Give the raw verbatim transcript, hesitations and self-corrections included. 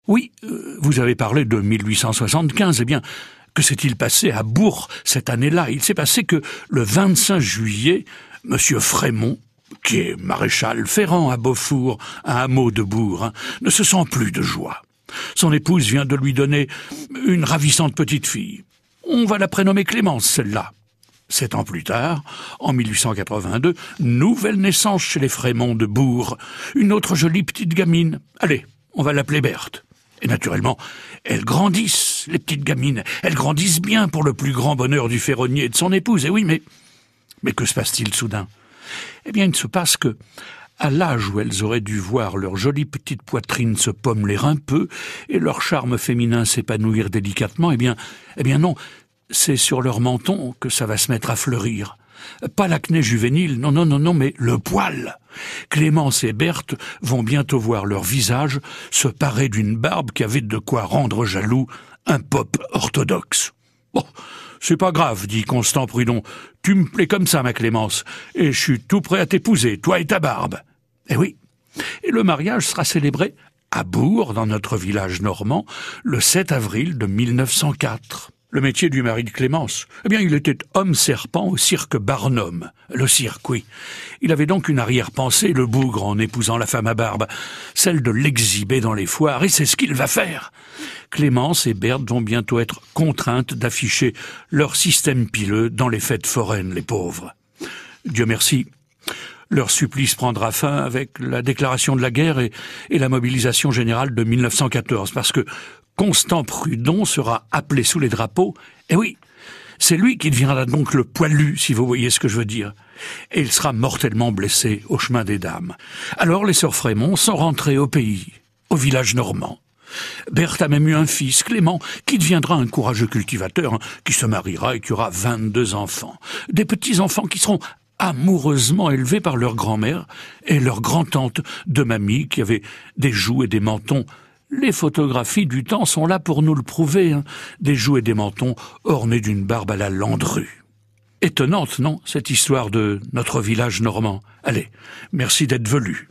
Oui, euh, vous avez parlé de mille huit cent soixante-quinze, eh bien, que s'est-il passé à Bourg cette année-là? Il s'est passé que le vingt-cinq juillet, Monsieur Frémont, qui est maréchal ferrant à Beaufour, un hameau de Bourg, hein, ne se sent plus de joie. Son épouse vient de lui donner une ravissante petite fille. On va la prénommer Clémence, celle-là. Sept ans plus tard, en mille huit cent quatre-vingt-deux, nouvelle naissance chez les Frémont de Bourg. Une autre jolie petite gamine. Allez, on va l'appeler Berthe. Et naturellement, elles grandissent, les petites gamines. Elles grandissent bien pour le plus grand bonheur du ferronnier et de son épouse. Et oui, mais, mais que se passe-t-il soudain? Eh bien, il se passe que, à l'âge où elles auraient dû voir leur jolie petite poitrine se pommeler un peu et leur charme féminin s'épanouir délicatement, eh bien, eh bien non, c'est sur leur menton que ça va se mettre à fleurir. Pas l'acné juvénile, non, non, non, non, mais le poil. Clémence et Berthe vont bientôt voir leur visage se parer d'une barbe qui avait de quoi rendre jaloux un pop orthodoxe. Bon, c'est pas grave, dit Constant Prudhon. Tu me plais comme ça, ma Clémence, et je suis tout prêt à t'épouser, toi et ta barbe. Eh oui, et le mariage sera célébré à Bourg, dans notre village normand, le sept avril de mille neuf cent quatre. Le métier du mari de Clémence, eh bien, il était homme-serpent au cirque Barnum. Le cirque, oui. Il avait donc une arrière-pensée, le bougre, en épousant la femme à barbe, celle de l'exhiber dans les foires, et c'est ce qu'il va faire. Clémence et Berthe vont bientôt être contraintes d'afficher leur système pileux dans les fêtes foraines, les pauvres. Dieu merci, leur supplice prendra fin avec la déclaration de la guerre et, et la mobilisation générale de mille neuf cent quatorze, parce que Constant Prudhon sera appelé sous les drapeaux, et oui, c'est lui qui deviendra donc le poilu, si vous voyez ce que je veux dire. Et il sera mortellement blessé au chemin des dames. Alors les sœurs Frémont sont rentrées au pays, au village normand. Berthe a même eu un fils, Clément, qui deviendra un courageux cultivateur, hein, qui se mariera et qui aura vingt-deux enfants. Des petits-enfants qui seront amoureusement élevés par leur grand-mère et leur grand-tante de mamie, qui avait des joues et des mentons. Les photographies du temps sont là pour nous le prouver, hein, des joues et des mentons ornés d'une barbe à la Landru. Étonnante, non, cette histoire de notre village normand? Allez, merci d'être venu.